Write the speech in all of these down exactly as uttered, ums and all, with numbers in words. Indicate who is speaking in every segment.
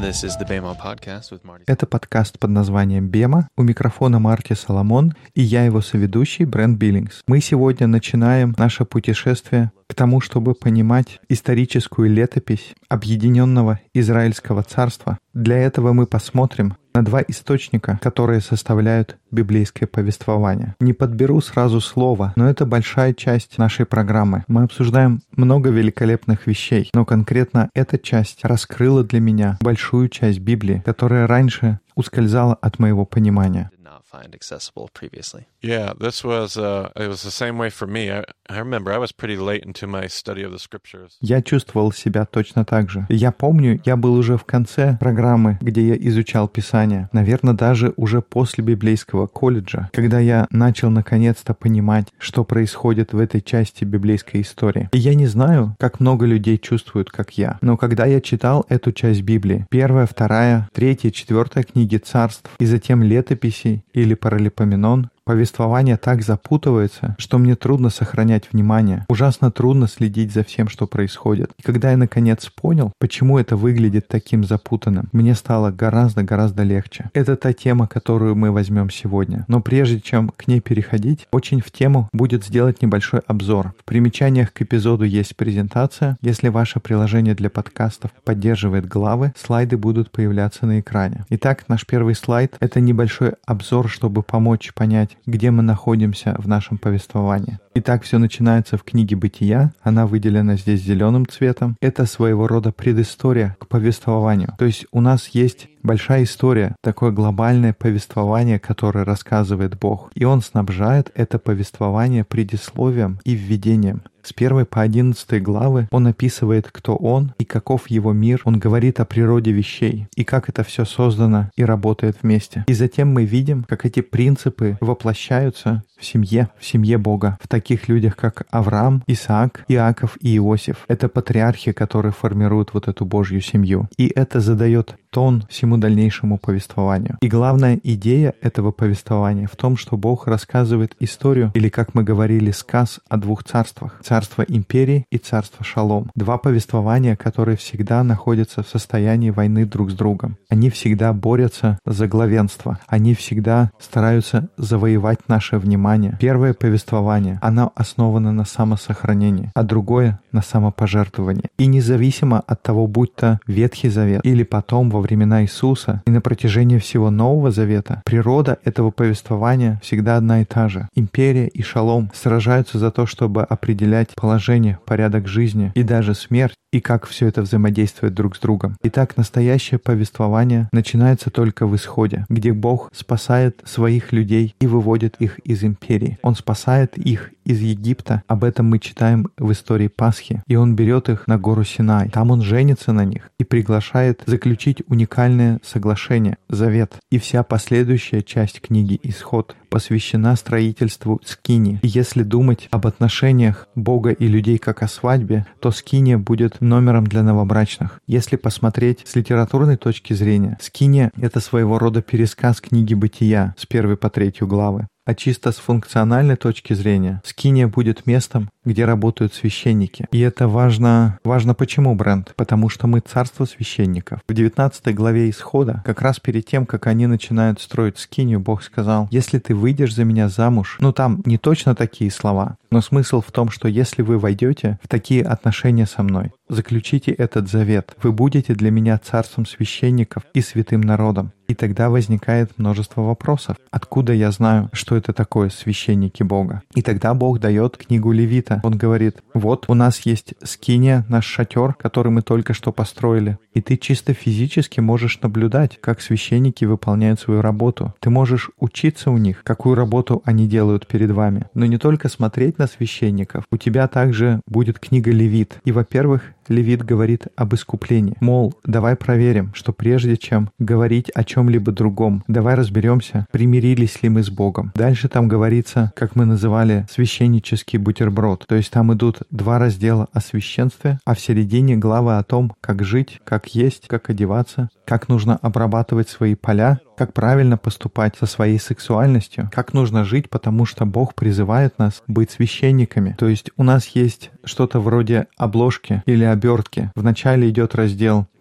Speaker 1: This is the Bema podcast with Marty.
Speaker 2: Это подкаст под названием «Бема». У микрофона Марти Соломон, и я его соведущий Брент Биллингс. Мы сегодня начинаем наше путешествие к тому, чтобы понимать историческую летопись Объединенного Израильского царства. Для этого мы посмотрим на два источника, которые составляют библейское повествование. Не подберу сразу слово, но это большая часть нашей программы. Мы обсуждаем много великолепных вещей, но конкретно эта часть раскрыла для меня большую часть Библии, которая раньше ускользала от моего понимания.
Speaker 1: Find accessible previously.
Speaker 3: Yeah, this was uh, it was the same way for me. I, I remember I was pretty late into my study of the scriptures.
Speaker 2: Я чувствовал себя точно так же. Я помню, я был уже в конце программы, где я изучал Писание. Наверное, даже уже после библейского колледжа, когда я начал наконец-то понимать, что происходит в этой части библейской истории. И я не знаю, как много людей чувствуют, как я. Но когда я читал эту часть Библии, первая, вторая, третья, четвертая книги царств, и затем летописи или Паралипоменон, повествование так запутывается, что мне трудно сохранять внимание. Ужасно трудно следить за всем, что происходит. И когда я наконец понял, почему это выглядит таким запутанным, мне стало гораздо-гораздо легче. Это та тема, которую мы возьмем сегодня. Но прежде чем к ней переходить, очень в тему будет сделать небольшой обзор. В примечаниях к эпизоду есть презентация. Если ваше приложение для подкастов поддерживает главы, слайды будут появляться на экране. Итак, наш первый слайд — это небольшой обзор, чтобы помочь понять, где мы находимся в нашем повествовании. Итак, все начинается в книге Бытия. Она выделена здесь зеленым цветом. Это своего рода предыстория к повествованию. То есть у нас есть большая история, такое глобальное повествование, которое рассказывает Бог. И Он снабжает это повествование предисловием и введением. С первой по одиннадцатой главы Он описывает, кто Он и каков Его мир. Он говорит о природе вещей и как это все создано и работает вместе. И затем мы видим, как эти принципы воплощаются в семье, в семье Бога, в таких людях, как Авраам, Исаак, Иаков и Иосиф. Это патриархи, которые формируют вот эту Божью семью. И это задает тон всему дальнейшему повествованию. И главная идея этого повествования в том, что Бог рассказывает историю, или, как мы говорили, сказ о двух царствах. Царство империи и царство Шалом. Два повествования, которые всегда находятся в состоянии войны друг с другом. Они всегда борются за главенство. Они всегда стараются завоевать наше внимание. Первое повествование, оно основано на самосохранении, а другое — на самопожертвовании. И независимо от того, будь то Ветхий Завет или потом во времена Иисуса и на протяжении всего Нового Завета, природа этого повествования всегда одна и та же. Империя и Шалом сражаются за то, чтобы определять положение, порядок жизни и даже смерть, и как все это взаимодействует друг с другом. Итак, настоящее повествование начинается только в Исходе, где Бог спасает своих людей и выводит их из империи. Он спасает их из Египта. Об этом мы читаем в истории Пасхи. И Он берет их на гору Синай. Там Он женится на них и приглашает заключить уникальное соглашение, завет. И вся последующая часть книги Исход посвящена строительству скинии. И если думать об отношениях Бога и людей как о свадьбе, то скиния будет номером для новобрачных. Если посмотреть с литературной точки зрения, скиния — это своего рода пересказ книги Бытия с первой по третью главы. А чисто с функциональной точки зрения, скиния будет местом, где работают священники. И это важно. Важно почему, Брент? Потому что мы царство священников. В девятнадцатой главе Исхода, как раз перед тем, как они начинают строить скинию, Бог сказал: «Если ты выйдешь за меня замуж», ну там не точно такие слова, но смысл в том, что если вы войдете в такие отношения со мной, заключите этот завет, вы будете для меня царством священников и святым народом. И тогда возникает множество вопросов. Откуда я знаю, что это такое священники Бога? И тогда Бог дает книгу Левита. Он говорит: вот у нас есть скиния, наш шатер, который мы только что построили. И ты чисто физически можешь наблюдать, как священники выполняют свою работу. Ты можешь учиться у них, какую работу они делают перед вами. Но не только смотреть на священников. У тебя также будет книга Левит. И, во-первых, Левит говорит об искуплении. Мол, давай проверим, что прежде чем говорить о чем-либо другом, давай разберемся, примирились ли мы с Богом. Дальше там говорится, как мы называли, священнический бутерброд. То есть там идут два раздела о священстве, а в середине главы о том, как жить, как есть, как одеваться, как нужно обрабатывать свои поля, как правильно поступать со своей сексуальностью, как нужно жить, потому что Бог призывает нас быть священниками. То есть у нас есть что-то вроде обложки или обертки. Вначале идет раздел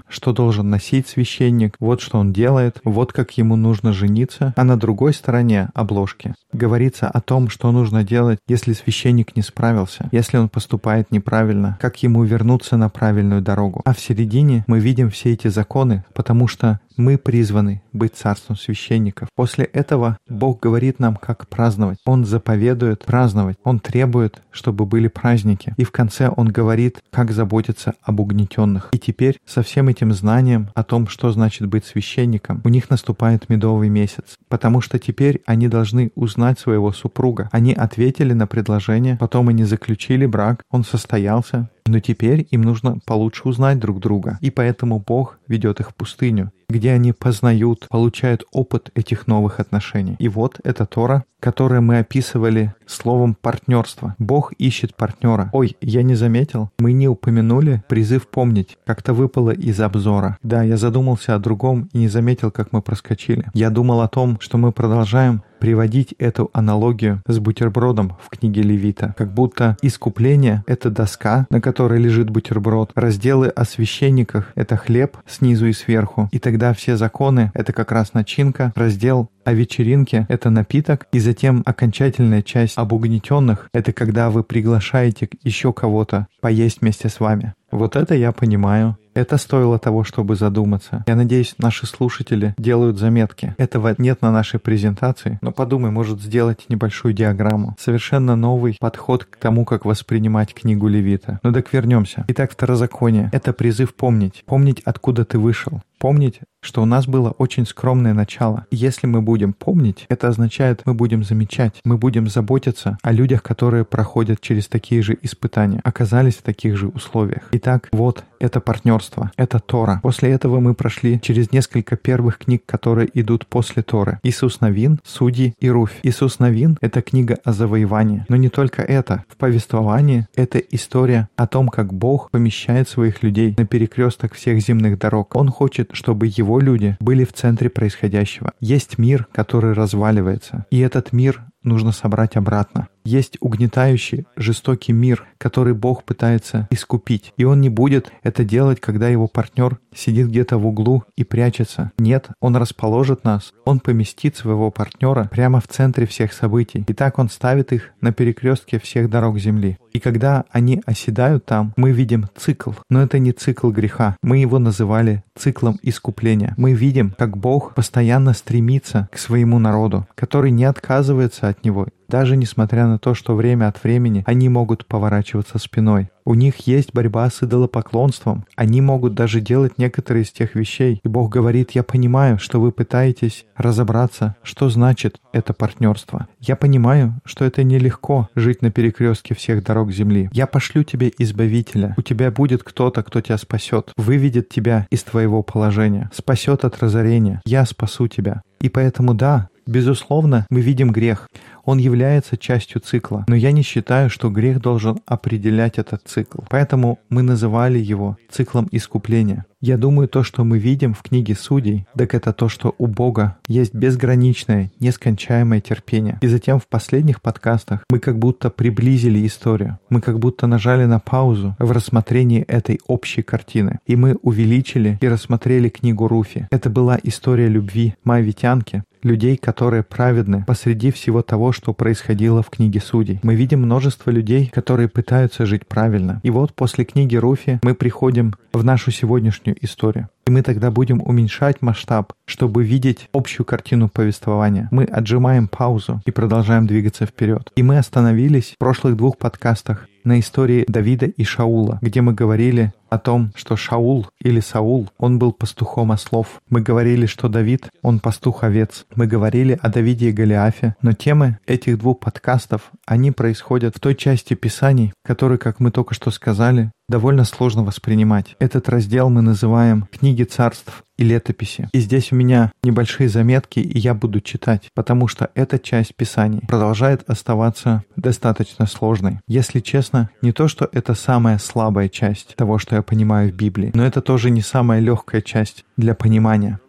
Speaker 2: что должен носить священник, вот что он делает, вот как ему нужно жениться. А на другой стороне обложки говорится о том, что нужно делать, если священник не справился, если он поступает неправильно, как ему вернуться на правильную дорогу. А в середине мы видим все эти законы, потому что мы призваны быть царством священников. После этого Бог говорит нам, как праздновать. Он заповедует праздновать. Он требует, чтобы были праздники. И в конце Он говорит, как заботиться об угнетенных. И теперь со всем этим знанием о том, что значит быть священником, у них наступает медовый месяц. Потому что теперь они должны узнать своего супруга. Они ответили на предложение, потом они заключили брак, он состоялся. Но теперь им нужно получше узнать друг друга. И поэтому Бог ведет их в пустыню, где они познают, получают опыт этих новых отношений. И вот эта Тора, которую мы описывали словом «партнерство». Бог ищет партнера. Ой, я не заметил, мы не упомянули призыв помнить. Как-то выпало из обзора. Да, я задумался о другом и не заметил, как мы проскочили. Я думал о том, что мы продолжаем приводить эту аналогию с бутербродом в книге Левита. Как будто искупление — это доска, на которой лежит бутерброд. Разделы о священниках — это хлеб снизу и сверху. И тогда все законы — это как раз начинка. Раздел о вечеринке — это напиток. И затем окончательная часть об угнетенных — это когда вы приглашаете еще кого-то поесть вместе с вами. Вот это я понимаю. Это стоило того, чтобы задуматься. Я надеюсь, наши слушатели делают заметки. Этого нет на нашей презентации, но подумай, может сделать небольшую диаграмму. Совершенно новый подход к тому, как воспринимать книгу Левита. Ну так вернемся. Итак, Второзаконие — это призыв помнить. Помнить, откуда ты вышел. Помнить, что у нас было очень скромное начало. И если мы будем помнить, это означает, мы будем замечать, мы будем заботиться о людях, которые проходят через такие же испытания, оказались в таких же условиях. Итак, вот это партнерство, это Тора. После этого мы прошли через несколько первых книг, которые идут после Торы. Иисус Навин, Судьи и Руфь. Иисус Навин — это книга о завоевании. Но не только это. В повествовании это история о том, как Бог помещает своих людей на перекресток всех земных дорог. Он хочет, чтобы его люди были в центре происходящего. Есть мир, который разваливается, и этот мир нужно собрать обратно. Есть угнетающий, жестокий мир, который Бог пытается искупить. И Он не будет это делать, когда его партнер сидит где-то в углу и прячется. Нет, Он расположит нас, Он поместит своего партнера прямо в центре всех событий. И так Он ставит их на перекрестке всех дорог земли. И когда они оседают там, мы видим цикл. Но это не цикл греха. Мы его называли циклом искупления. Мы видим, как Бог постоянно стремится к своему народу, который не отказывается от Него. Даже несмотря на то, что время от времени они могут поворачиваться спиной. У них есть борьба с идолопоклонством. Они могут даже делать некоторые из тех вещей. И Бог говорит: я понимаю, что вы пытаетесь разобраться, что значит это партнерство. Я понимаю, что это нелегко жить на перекрестке всех дорог земли. Я пошлю тебе избавителя. У тебя будет кто-то, кто тебя спасет, выведет тебя из твоего положения, спасет от разорения. Я спасу тебя. И поэтому да, безусловно, мы видим грех. Он является частью цикла. Но я не считаю, что грех должен определять этот цикл. Поэтому мы называли его циклом искупления. Я думаю, то, что мы видим в книге Судей, так это то, что у Бога есть безграничное, нескончаемое терпение. И затем в последних подкастах мы как будто приблизили историю. Мы как будто нажали на паузу в рассмотрении этой общей картины. И мы увеличили и рассмотрели книгу Руфи. Это была история любви моавитянки, людей, которые праведны посреди всего того, что происходило в книге Судей. Мы видим множество людей, которые пытаются жить правильно. И вот после книги Руфи мы приходим в нашу сегодняшнюю историю. И мы тогда будем уменьшать масштаб, чтобы видеть общую картину повествования. Мы отжимаем паузу и продолжаем двигаться вперед. И мы остановились в прошлых двух подкастах на истории Давида и Шаула, где мы говорили о том, что Шаул или Саул, он был пастухом ослов. Мы говорили, что Давид, он пастух овец. Мы говорили о Давиде и Голиафе. Но темы этих двух подкастов, они происходят в той части Писаний, которую, как мы только что сказали, довольно сложно воспринимать. Этот раздел мы называем «Книги царств и летописи». И здесь у меня небольшие заметки, и я буду читать, потому что эта часть Писаний продолжает оставаться достаточно сложной. Если честно, не то, что это самая слабая часть того, что я понимаю в Библии, но это тоже не самая легкая часть для понимания.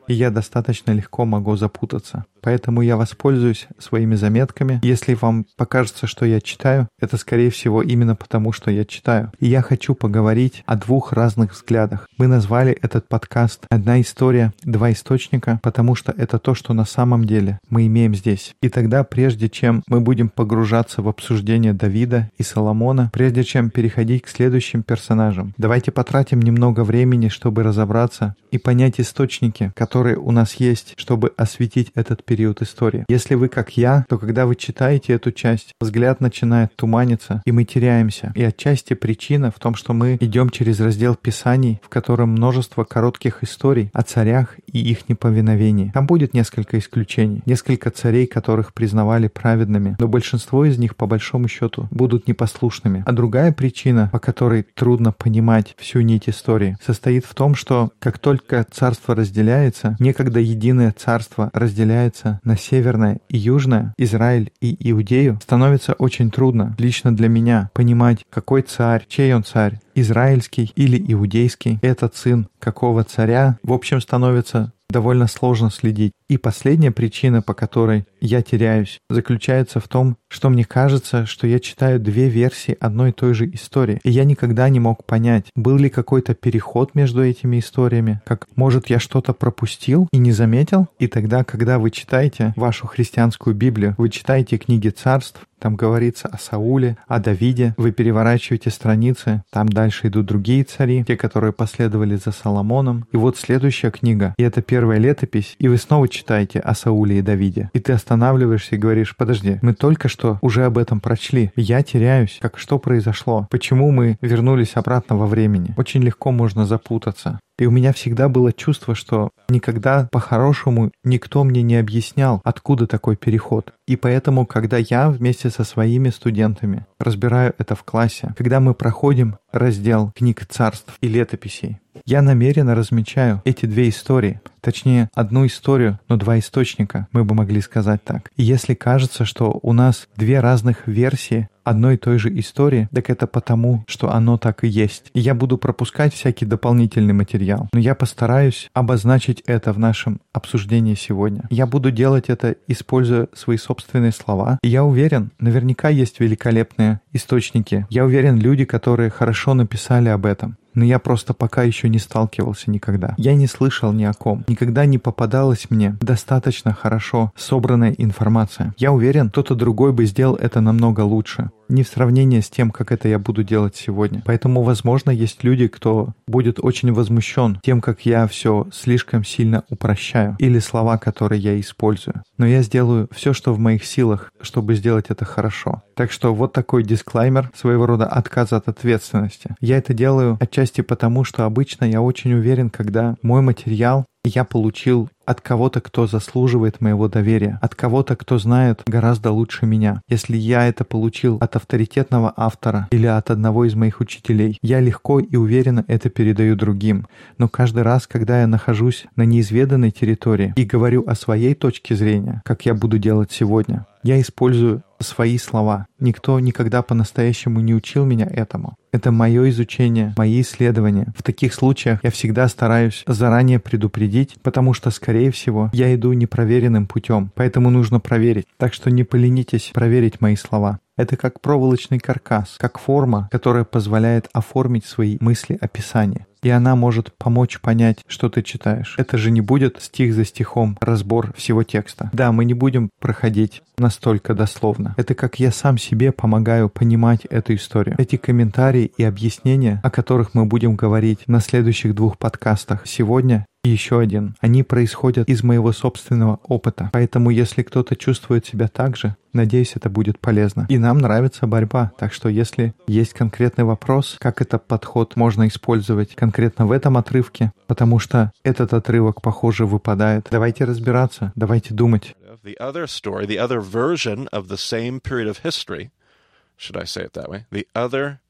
Speaker 2: и я достаточно легко могу запутаться. Поэтому я воспользуюсь своими заметками. Если вам покажется, что я читаю, это, скорее всего, именно потому, что я читаю. И я хочу поговорить о двух разных взглядах. Мы назвали этот подкаст «Одна история, два источника», потому что это то, что на самом деле мы имеем здесь. И тогда, прежде чем мы будем погружаться в обсуждение Давида и Соломона, прежде чем переходить к следующим персонажам, давайте потратим немного времени, чтобы разобраться и понять источники, которые у нас есть, чтобы осветить этот период истории. Если вы как я, то когда вы читаете эту часть, взгляд начинает туманиться, и мы теряемся. И отчасти причина в том, что мы идем через раздел Писаний, в котором множество коротких историй о царях и их неповиновении. Там будет несколько исключений, несколько царей, которых признавали праведными, но большинство из них, по большому счету, будут непослушными. А другая причина, по которой трудно понимать всю нить истории, состоит в том, что как только царство разделяется, некогда единое царство разделяется на северное и южное, Израиль и Иудею, становится очень трудно, лично для меня, понимать, какой царь, чей он царь, израильский или иудейский, этот сын какого царя, в общем, становится довольно сложно следить. И последняя причина, по которой я теряюсь, заключается в том, что мне кажется, что я читаю две версии одной и той же истории. И я никогда не мог понять, был ли какой-то переход между этими историями, как, может, я что-то пропустил и не заметил? И тогда, когда вы читаете вашу христианскую Библию, вы читаете книги царств, там говорится о Сауле, о Давиде, вы переворачиваете страницы, там дальше идут другие цари, те, которые последовали за Соломоном. И вот следующая книга, и это первая летопись, и вы снова читаете о Сауле и Давиде. И ты останавливаешься и говоришь: подожди, мы только что уже об этом прочли. Я теряюсь. Как что произошло? Почему мы вернулись обратно во времени? Очень легко можно запутаться. И у меня всегда было чувство, что никогда по-хорошему никто мне не объяснял, откуда такой переход. И поэтому, когда я вместе со своими студентами разбираю это в классе, когда мы проходим раздел книг царств и летописей, я намеренно размечаю эти две истории, точнее, одну историю, но два источника, мы бы могли сказать так. И если кажется, что у нас две разных версии одной и той же истории, так это потому, что оно так и есть. И я буду пропускать всякий дополнительный материал, но я постараюсь обозначить это в нашем обсуждении сегодня. Я буду делать это, используя свои собственные слова. И я уверен, наверняка есть великолепные источники. Я уверен, люди, которые хорошо написали об этом. Но я просто пока еще не сталкивался никогда. Я не слышал ни о ком. Никогда не попадалась мне достаточно хорошо собранная информация. Я уверен, кто-то другой бы сделал это намного лучше. Не в сравнении с тем, как это я буду делать сегодня. Поэтому, возможно, есть люди, кто будет очень возмущен тем, как я все слишком сильно упрощаю, или слова, которые я использую. Но я сделаю все, что в моих силах, чтобы сделать это хорошо. Так что вот такой дисклеймер, своего рода отказ от ответственности. Я это делаю отчасти потому, что обычно я очень уверен, когда мой материал я получил от кого-то, кто заслуживает моего доверия, от кого-то, кто знает гораздо лучше меня. Если я это получил от авторитетного автора или от одного из моих учителей, я легко и уверенно это передаю другим. Но каждый раз, когда я нахожусь на неизведанной территории и говорю о своей точке зрения, как я буду делать сегодня, я использую свои слова. Никто никогда по-настоящему не учил меня этому. Это мое изучение, мои исследования. В таких случаях я всегда стараюсь заранее предупредить, потому что, скорее всего, я иду непроверенным путем, поэтому нужно проверить. Так что не поленитесь проверить мои слова. Это как проволочный каркас, как форма, которая позволяет оформить свои мысли описания. И она может помочь понять, что ты читаешь. Это же не будет стих за стихом разбор всего текста. Да, мы не будем проходить настолько дословно. Это как я сам себе помогаю понимать эту историю. Эти комментарии и объяснения, о которых мы будем говорить на следующих двух подкастах сегодня, и еще один. Они происходят из моего собственного опыта. Поэтому, если кто-то чувствует себя так же, надеюсь, это будет полезно. И нам нравится борьба. Так что, если есть конкретный вопрос, как этот подход можно использовать конкретно в этом отрывке, потому что этот отрывок, похоже, выпадает, давайте разбираться, давайте думать.
Speaker 3: The other story, the other version of the same period of history, should I say it that way? The other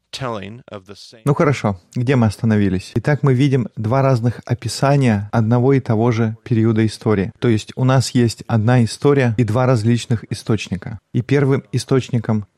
Speaker 2: Ну хорошо, где мы остановились? Итак, мы видим два разных описания одного и того же периода истории. То есть у нас есть одна история и два различных источника. И первым источником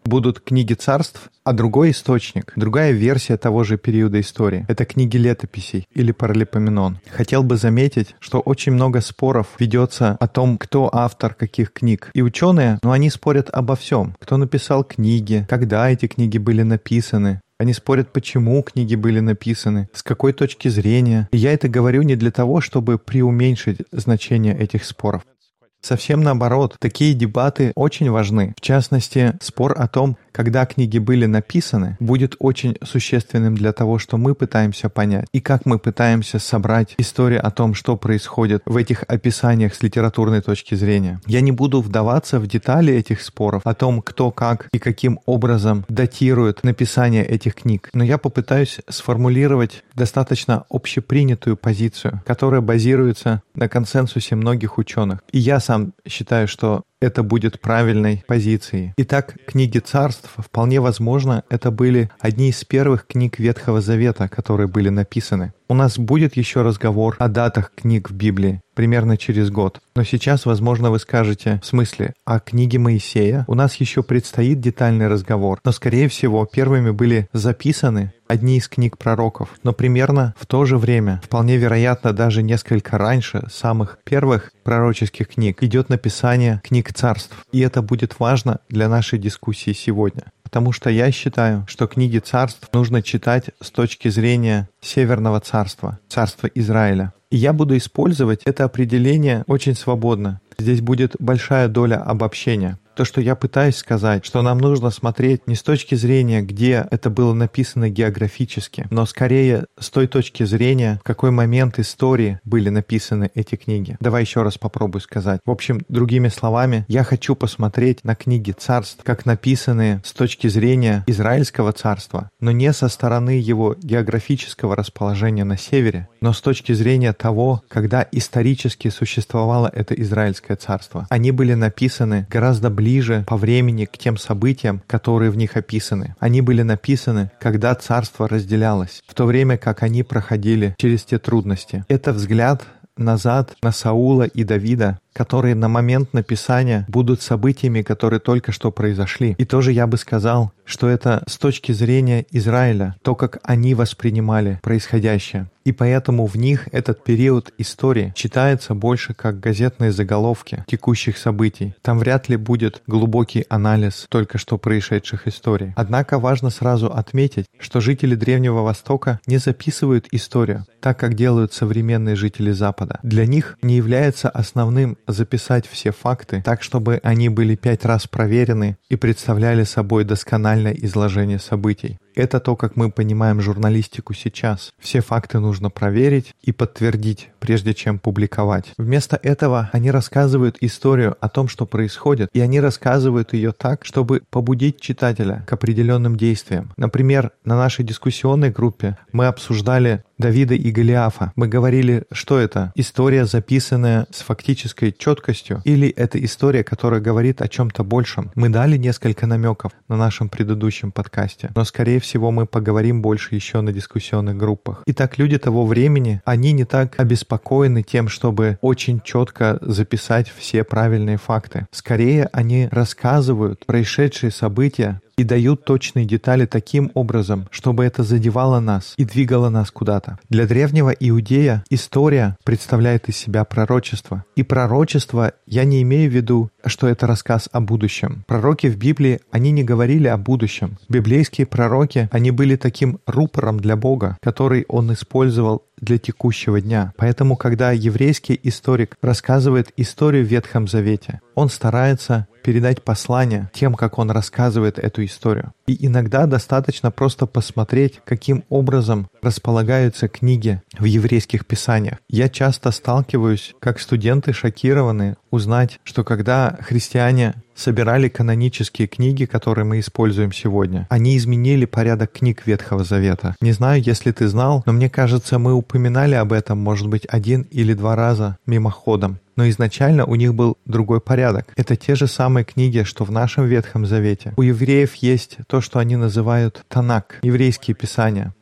Speaker 2: будут книги царств, а другой источник, другая версия того же периода истории — это книги летописей или Паралипоменон. Хотел бы заметить, что очень много споров ведется о том, кто автор каких книг. И ученые, ну, они спорят обо всем. Кто написал книги, когда эти книги были написаны. Они спорят, почему книги были написаны, с какой точки зрения. И я это говорю не для того, чтобы преуменьшить значение этих споров. Совсем наоборот, такие дебаты очень важны. В частности, спор о том, когда книги были написаны, будет очень существенным для того, что мы пытаемся понять, и как мы пытаемся собрать историю о том, что происходит в этих описаниях с литературной точки зрения. Я не буду вдаваться в детали этих споров, о том, кто как и каким образом датирует написание этих книг, но я попытаюсь сформулировать достаточно общепринятую позицию, которая базируется на консенсусе многих ученых. И я сам считаю, что это будет правильной позицией. Итак, книги царств, вполне возможно, это были одни из первых книг Ветхого Завета, которые были написаны. У нас будет еще разговор о датах книг в Библии, примерно через год. Но сейчас, возможно, вы скажете, в смысле, о книге Моисея? У нас еще предстоит детальный разговор, но, скорее всего, первыми были записаны одни из книг пророков. Но примерно в то же время, вполне вероятно, даже несколько раньше самых первых пророческих книг, идет написание книг царств. И это будет важно для нашей дискуссии сегодня. Потому что я считаю, что книги царств нужно читать с точки зрения Северного царства, царства Израиля. И я буду использовать это определение очень свободно. Здесь будет большая доля обобщения. То, что я пытаюсь сказать, что нам нужно смотреть не с точки зрения, где это было написано географически, но скорее с той точки зрения, в какой момент истории были написаны эти книги. Давай еще раз попробую сказать. В общем, другими словами, я хочу посмотреть на книги царств, как написанные с точки зрения Израильского царства, но не со стороны его географического расположения на севере, но с точки зрения того, когда исторически существовало это Израильское царство. Они были написаны гораздо ближе ближе по времени к тем событиям, которые в них описаны. Они были написаны, когда царство разделялось, в то время как они проходили через те трудности. Это взгляд назад на Саула и Давида, которые на момент написания будут событиями, которые только что произошли. И тоже я бы сказал, что это с точки зрения Израиля, то, как они воспринимали происходящее. И поэтому в них этот период истории читается больше как газетные заголовки текущих событий. Там вряд ли будет глубокий анализ только что происшедших историй. Однако важно сразу отметить, что жители Древнего Востока не записывают историю так, как делают современные жители Запада. Для них не является основным записать все факты так, чтобы они были пять раз проверены и представляли собой доскональное изложение событий. Это то, как мы понимаем журналистику сейчас. Все факты нужно проверить и подтвердить, прежде чем публиковать. Вместо этого они рассказывают историю о том, что происходит, и они рассказывают ее так, чтобы побудить читателя к определенным действиям. Например, на нашей дискуссионной группе мы обсуждали Давида и Голиафа. Мы говорили, что это история, записанная с фактической четкостью, или это история, которая говорит о чем-то большем. Мы дали несколько намеков на нашем предыдущем подкасте, но, скорее всего, мы поговорим больше еще на дискуссионных группах. Итак, люди того времени, они не так обеспокоены тем, чтобы очень четко записать все правильные факты. Скорее, они рассказывают происшедшие события и дают точные детали таким образом, чтобы это задевало нас и двигало нас куда-то. Для древнего иудея история представляет из себя пророчество. И пророчество я не имею в виду, что это рассказ о будущем. Пророки в Библии, они не говорили о будущем. Библейские пророки, они были таким рупором для Бога, который Он использовал для текущего дня. Поэтому, когда еврейский историк рассказывает историю в Ветхом Завете, он старается передать послание тем, как он рассказывает эту историю. И иногда достаточно просто посмотреть, каким образом располагаются книги в еврейских писаниях. Я часто сталкиваюсь, как студенты шокированы узнать, что когда христиане собирали канонические книги, которые мы используем сегодня, они изменили порядок книг Ветхого Завета. Не знаю, если ты знал, но мне кажется, мы упоминали об этом, может быть, один или два раза мимоходом. Но изначально у них был другой порядок. Это те же самые книги, что в нашем Ветхом Завете. У евреев есть то, что они называют Танак, еврейские писания.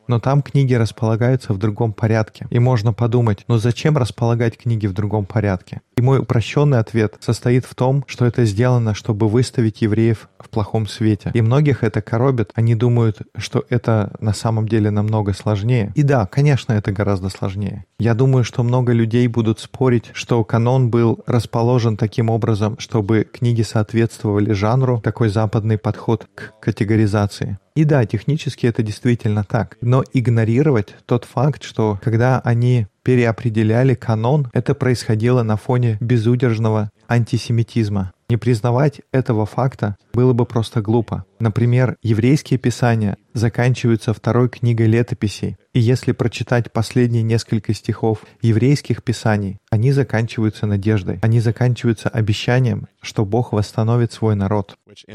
Speaker 2: но там книги располагаются в другом порядке. И можно подумать, ну зачем располагать книги в другом порядке? И мой упрощенный ответ состоит в том, что это сделано, чтобы выставить евреев в плохом свете. И многих это коробит. Они думают, что это на самом деле намного сложнее. И да, конечно, это гораздо сложнее. Я думаю, что много людей будут спорить, что канон был расположен таким образом, чтобы книги соответствовали жанру, такой западный подход к категоризации. И да, технически это действительно так. Но игнорировать тот факт, что когда они переопределяли канон, это происходило на фоне безудержного антисемитизма. Не признавать этого факта было бы просто глупо. Например, еврейские писания заканчиваются второй книгой летописей. И если прочитать последние несколько стихов еврейских писаний, они заканчиваются надеждой. Они заканчиваются обещанием, что Бог восстановит свой народ.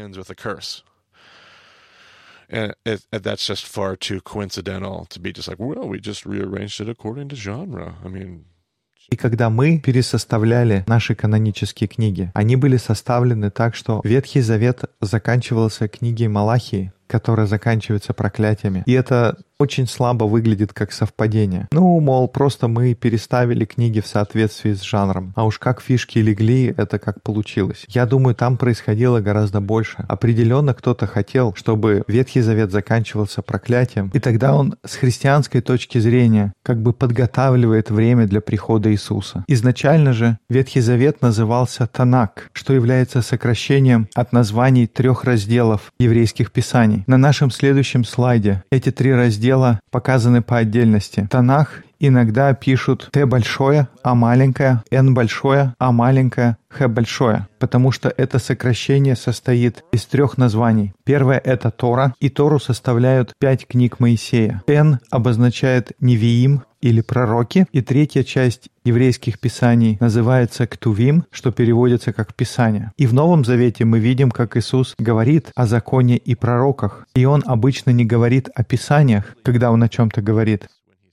Speaker 3: And it, and that's just far too coincidental to be just like, well, we just rearranged it according to genre. I mean...
Speaker 2: И когда мы пересоставляли наши канонические книги, они были составлены так, что Ветхий Завет заканчивался книгой Малахии, которая заканчивается проклятиями. И это очень слабо выглядит как совпадение. Ну, мол, просто мы переставили книги в соответствии с жанром. А уж как фишки легли, это как получилось. Я думаю, там происходило гораздо больше. Определенно кто-то хотел, чтобы Ветхий Завет заканчивался проклятием. И тогда он с христианской точки зрения как бы подготавливает время для прихода Иисуса. Изначально же Ветхий Завет назывался Танак, что является сокращением от названий трех разделов еврейских писаний. На нашем следующем слайде эти три раздела показаны по отдельности. Танах иногда пишут Т большое, А маленькое, Н большое, А маленькое, Х большое, потому что это сокращение состоит из трех названий. Первое — это Тора, и Тору составляют пять книг Моисея. Н обозначает Невиим или пророки, и третья часть еврейских писаний называется Ктувим, что переводится как Писание. И в Новом Завете мы видим, как Иисус говорит о законе и пророках, и Он обычно не говорит о Писаниях, когда Он о чем-то говорит,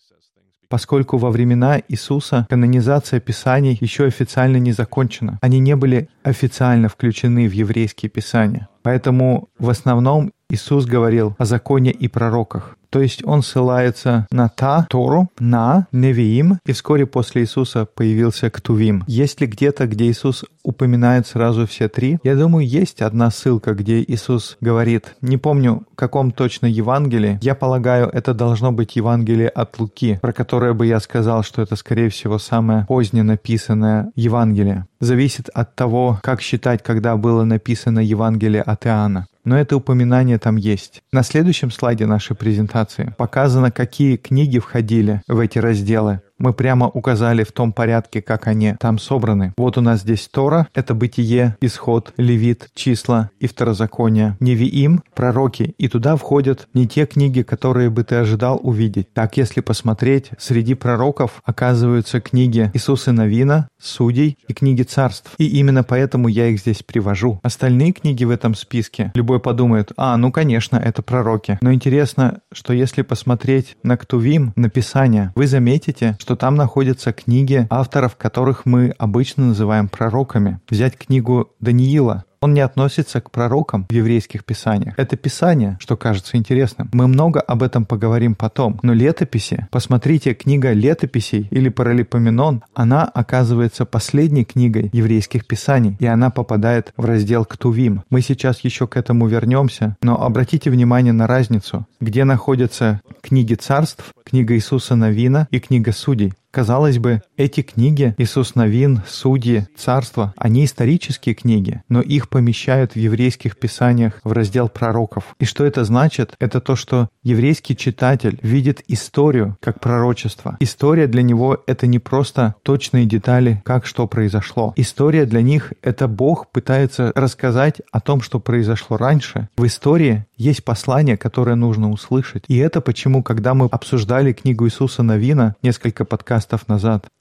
Speaker 2: поскольку во времена Иисуса канонизация Писаний еще официально не закончена. Они не были официально включены в еврейские Писания. Поэтому в основном Иисус говорил о законе и пророках. То есть Он ссылается на Та, Тору, на Невиим, и вскоре после Иисуса появился Ктувим. Есть ли где-то, где Иисус упоминает сразу все три? Я думаю, есть одна ссылка, где Иисус говорит, не помню, в каком точно Евангелии, я полагаю, это должно быть Евангелие от Луки, про которое бы я сказал, что это, скорее всего, самое позднее написанное Евангелие. Зависит от того, как считать, когда было написано Евангелие от Иоанна. Но это упоминание там есть. На следующем слайде нашей презентации показано, какие книги входили в эти разделы. Мы прямо указали в том порядке, как они там собраны. Вот у нас здесь Тора, это Бытие, Исход, Левит, Числа и Второзаконие. Невиим, пророки, и туда входят не те книги, которые бы ты ожидал увидеть. Так, если посмотреть, среди пророков оказываются книги Иисуса Навина, Судей и книги Царств. И именно поэтому я их здесь привожу. Остальные книги в этом списке, любой подумает, а, ну конечно, это пророки. Но интересно, что если посмотреть на Ктувим, на Писание, вы заметите, что там находятся книги, авторов которых мы обычно называем пророками. Взять книгу Даниила. Он не относится к пророкам в еврейских писаниях. Это писание, что кажется интересным. Мы много об этом поговорим потом. Но летописи, посмотрите, книга летописей или Паралипоменон, она оказывается последней книгой еврейских писаний, и она попадает в раздел Ктувим. Мы сейчас еще к этому вернемся, но обратите внимание на разницу, где находятся книги царств, книга Иисуса Навина и книга Судей. Казалось бы, эти книги, Иисус Навин, Судьи, Царство, они исторические книги, но их помещают в еврейских писаниях в раздел пророков. И что это значит? Это то, что еврейский читатель видит историю как пророчество. История для него — это не просто точные детали, как что произошло. История для них — это Бог пытается рассказать о том, что произошло раньше. В истории есть послание, которое нужно услышать. И это почему, когда мы обсуждали книгу Иисуса Навина несколько подкастов назад,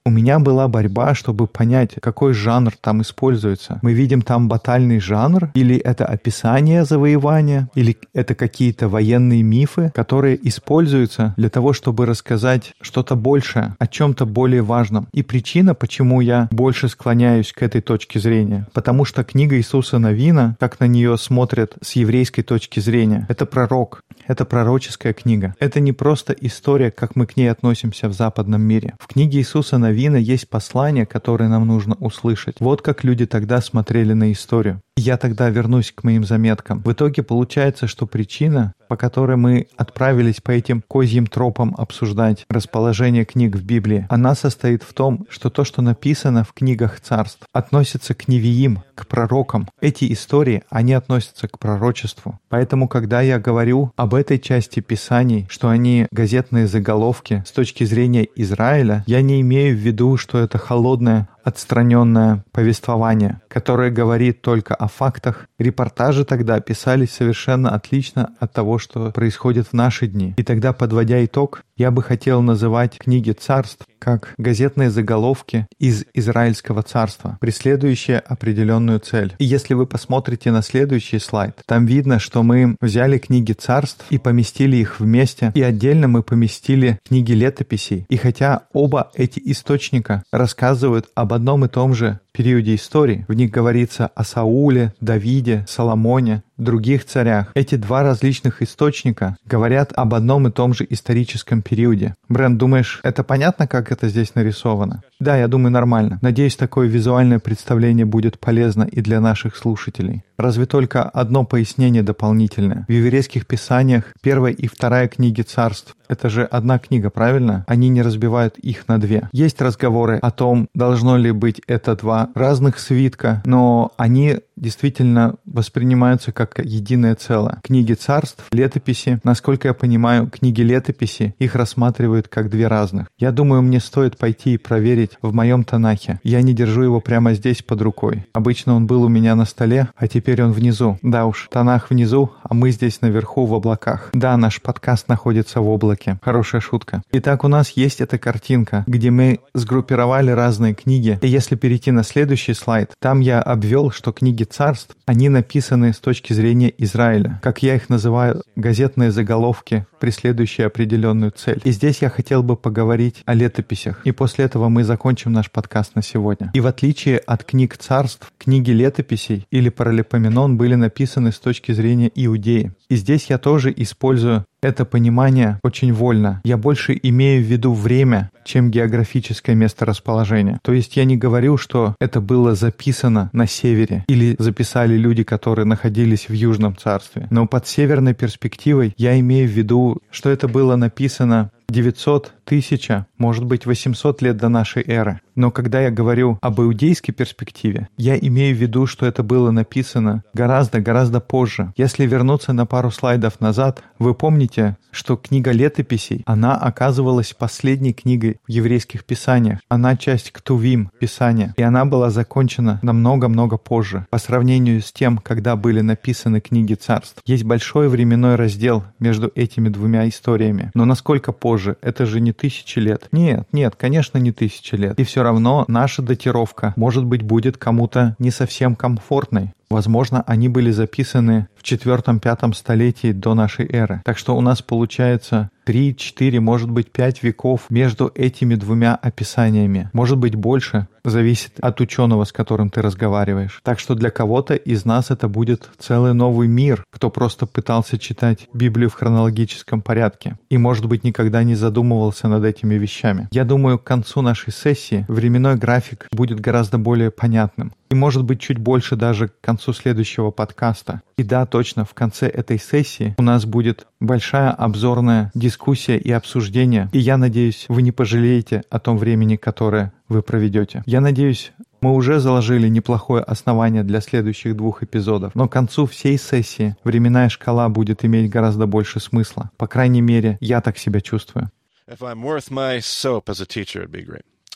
Speaker 2: У меня была борьба, чтобы понять, какой жанр там используется. Мы видим там батальный жанр, или это описание завоевания, или это какие-то военные мифы, которые используются для того, чтобы рассказать что-то большее, о чем-то более важном. И причина, почему я больше склоняюсь к этой точке зрения, потому что книга Иисуса Навина, как на нее смотрят с еврейской точки зрения, это пророк, это пророческая книга. Это не просто история, как мы к ней относимся в западном мире. В книге Иисуса Навина есть послание, которое нам нужно услышать. Вот как люди тогда смотрели на историю. Я тогда вернусь к моим заметкам. В итоге получается, что причина, по которой мы отправились по этим козьим тропам обсуждать расположение книг в Библии, она состоит в том, что то, что написано в книгах царств, относится к невиим, к пророкам. Эти истории, они относятся к пророчеству. Поэтому, когда я говорю об этой части Писаний, что они газетные заголовки с точки зрения Израиля, я не имею в виду, что это холодное, отстраненное повествование, которое говорит только о фактах. Репортажи тогда писались совершенно отлично от того, что происходит в наши дни. И тогда, подводя итог, я бы хотел называть книги царств как газетные заголовки из Израильского царства, преследующие определенную цель. И если вы посмотрите на следующий слайд, там видно, что мы взяли книги царств и поместили их вместе, и отдельно мы поместили книги летописей. И хотя оба эти источника рассказывают об одном и том же периоде истории, в них говорится о Сауле, Давиде, Соломоне, других царях. Эти два различных источника говорят об одном и том же историческом периоде. Брент, думаешь, это понятно, как это здесь нарисовано? Да, я думаю, нормально. Надеюсь, такое визуальное представление будет полезно и для наших слушателей. Разве только одно пояснение дополнительное. В еврейских писаниях первая и вторая книги царств — это же одна книга, правильно? Они не разбивают их на две. Есть разговоры о том, должно ли быть это два разных свитка, но они действительно воспринимаются как единое целое. Книги царств, летописи, насколько я понимаю, книги летописи, их рассматривают как две разных. Я думаю, мне стоит пойти и проверить в моем Танахе. Я не держу его прямо здесь под рукой. Обычно он был у меня на столе, а теперь он внизу. Да уж, Танах внизу, а мы здесь наверху в облаках. Да, наш подкаст находится в облаке. Хорошая шутка. Итак, у нас есть эта картинка, где мы сгруппировали разные книги. И если перейти на следующий слайд, там я обвел, что книги царств, они написаны с точки зрения Израиля. Как я их называю, газетные заголовки, преследующие определенную цель. И здесь я хотел бы поговорить о летописях. И после этого мы закончим наш подкаст на сегодня. И в отличие от книг царств, книги летописей или Паралипоменон были написаны с точки зрения Иудеи. И здесь я тоже использую это понимание очень вольно. Я больше имею в виду время, чем географическое месторасположение. То есть я не говорю, что это было записано на севере или записали люди, которые находились в Южном царстве. Но под северной перспективой я имею в виду, что это было написано девятьсот, тысяча, может быть, восемьсот лет до нашей эры. Но когда я говорю об иудейской перспективе, я имею в виду, что это было написано гораздо-гораздо позже. Если вернуться на пару слайдов назад, вы помните, что книга летописей, она оказывалась последней книгой в еврейских писаниях. Она часть Ктувим, Писания, и она была закончена намного-много позже. По сравнению с тем, когда были написаны книги царств, есть большой временной раздел между этими двумя историями. Но насколько позже? Это же не тысячи лет. Нет, нет, конечно, не тысячи лет. И все равно наша датировка, может быть, будет кому-то не совсем комфортной. Возможно, они были записаны в четвёртом-пятом столетии до нашей эры. Так что у нас получается три, четыре, может быть, пять веков между этими двумя описаниями. Может быть, больше. Зависит от ученого, с которым ты разговариваешь. Так что для кого-то из нас это будет целый новый мир, кто просто пытался читать Библию в хронологическом порядке и, может быть, никогда не задумывался над этими вещами. Я думаю, к концу нашей сессии временной график будет гораздо более понятным. И, может быть, чуть больше даже к концу следующего подкаста. И да, точно, в конце этой сессии у нас будет большая обзорная дискуссия и обсуждение. И я надеюсь, вы не пожалеете о том времени, которое вы проведете. Я надеюсь, мы уже заложили неплохое основание для следующих двух эпизодов. Но к концу всей сессии временная шкала будет иметь гораздо больше смысла. По крайней мере, я так себя чувствую.
Speaker 3: If I'm worth my soap as a teacher, it'd be great.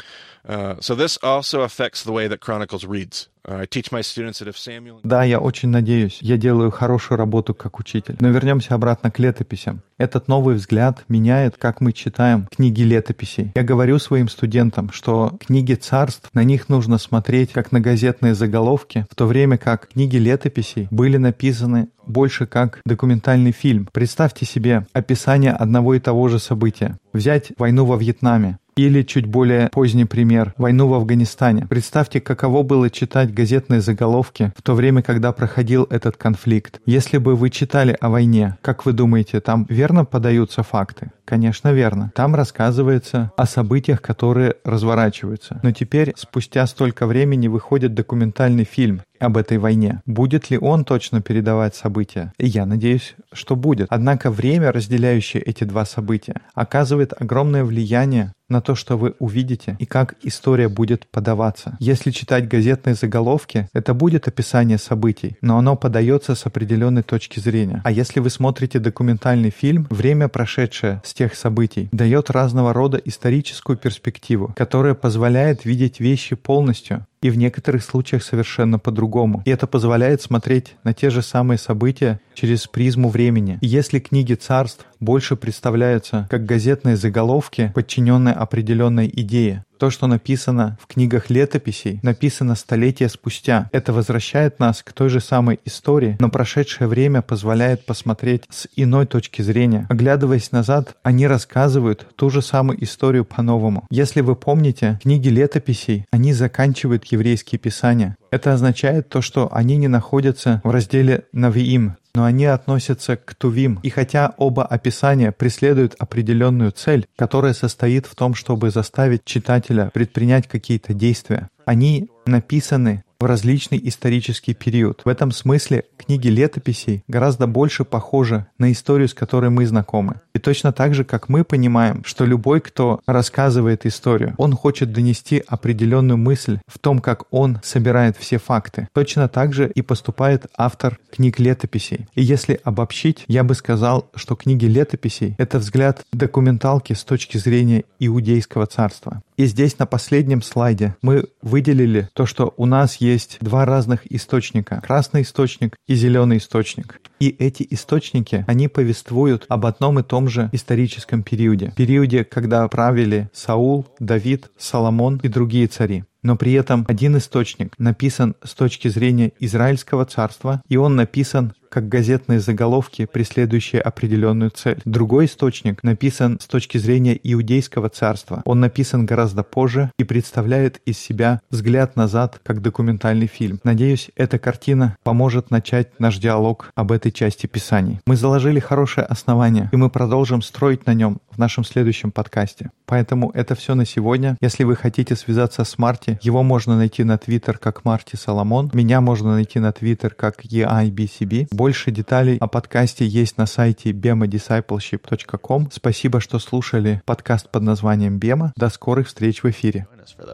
Speaker 3: Uh, so this also affects the way that Chronicles reads. Uh, I teach my students that if Samuel...
Speaker 2: Да, я очень надеюсь. Я делаю хорошую работу как учитель. Но вернемся обратно к летописям. Этот новый взгляд меняет, как мы читаем книги летописей. Я говорю своим студентам, что книги царств, на них нужно смотреть как на газетные заголовки, в то время как книги летописей были написаны больше как документальный фильм. Представьте себе описание одного и того же события. Взять войну во Вьетнаме. Или, чуть более поздний пример, войну в Афганистане. Представьте, каково было читать газетные заголовки в то время, когда проходил этот конфликт. Если бы вы читали о войне, как вы думаете, там верно подаются факты? Конечно, верно. Там рассказывается о событиях, которые разворачиваются. Но теперь, спустя столько времени, выходит документальный фильм об этой войне. Будет ли он точно передавать события? Я надеюсь, что будет. Однако время, разделяющее эти два события, оказывает огромное влияние на то, что вы увидите и как история будет подаваться. Если читать газетные заголовки, это будет описание событий, но оно подается с определенной точки зрения. А если вы смотрите документальный фильм, время, прошедшее с тех событий, дает разного рода историческую перспективу, которая позволяет видеть вещи полностью и в некоторых случаях совершенно по-другому. И это позволяет смотреть на те же самые события через призму времени. И если книги царств больше представляются как газетные заголовки, подчиненные определенной идее, то, что написано в книгах летописей, написано столетия спустя. Это возвращает нас к той же самой истории, но прошедшее время позволяет посмотреть с иной точки зрения. Оглядываясь назад, они рассказывают ту же самую историю по-новому. Если вы помните, книги летописей, они заканчивают еврейские писания. Это означает то, что они не находятся в разделе «Навиим», но они относятся к Тувим. И хотя оба описания преследуют определенную цель, которая состоит в том, чтобы заставить читателя предпринять какие-то действия, они написаны в различный исторический период. В этом смысле книги летописей гораздо больше похожи на историю, с которой мы знакомы. И точно так же, как мы понимаем, что любой, кто рассказывает историю, он хочет донести определенную мысль в том, как он собирает все факты. Точно так же и поступает автор книг летописей. И если обобщить, я бы сказал, что книги летописей — это взгляд документалки с точки зрения Иудейского царства. И здесь на последнем слайде мы выделили то, что у нас есть два разных источника. Красный источник и зеленый источник. И эти источники, они повествуют об одном и том же историческом периоде. Периоде, когда правили Саул, Давид, Соломон и другие цари. Но при этом один источник написан с точки зрения Израильского царства, и он написан как газетные заголовки, преследующие определенную цель. Другой источник написан с точки зрения Иудейского царства. Он написан гораздо позже и представляет из себя взгляд назад, как документальный фильм. Надеюсь, эта картина поможет начать наш диалог об этой части Писаний. Мы заложили хорошее основание, и мы продолжим строить на нем в нашем следующем подкасте. Поэтому это все на сегодня. Если вы хотите связаться с Марти, его можно найти на Твиттер как Марти Соломон. Меня можно найти на Твиттер как и ай би си би. Больше деталей о подкасте есть на сайте бема дисайплшип точка ком. Спасибо, что слушали подкаст под названием «Бема». До скорых встреч в эфире.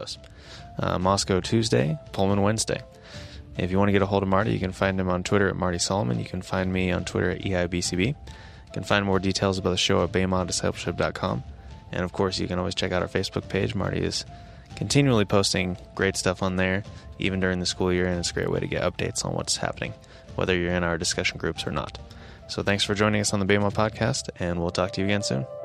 Speaker 1: Uh, Moscow Tuesday, Pullman Wednesday. If you want to get a hold of Marty, you can find him on Twitter at Marty Solomon. You can find me on Twitter at E I B C B. You can find more details about the show at bema discipleship dot com. And of course, you can always check out our Facebook page. Marty is continually posting great stuff on there, even during the school year, and it's a great way to get updates on what's happening, whether you're in our discussion groups or not. So thanks for joining us on the Bema podcast, and we'll talk to you again soon.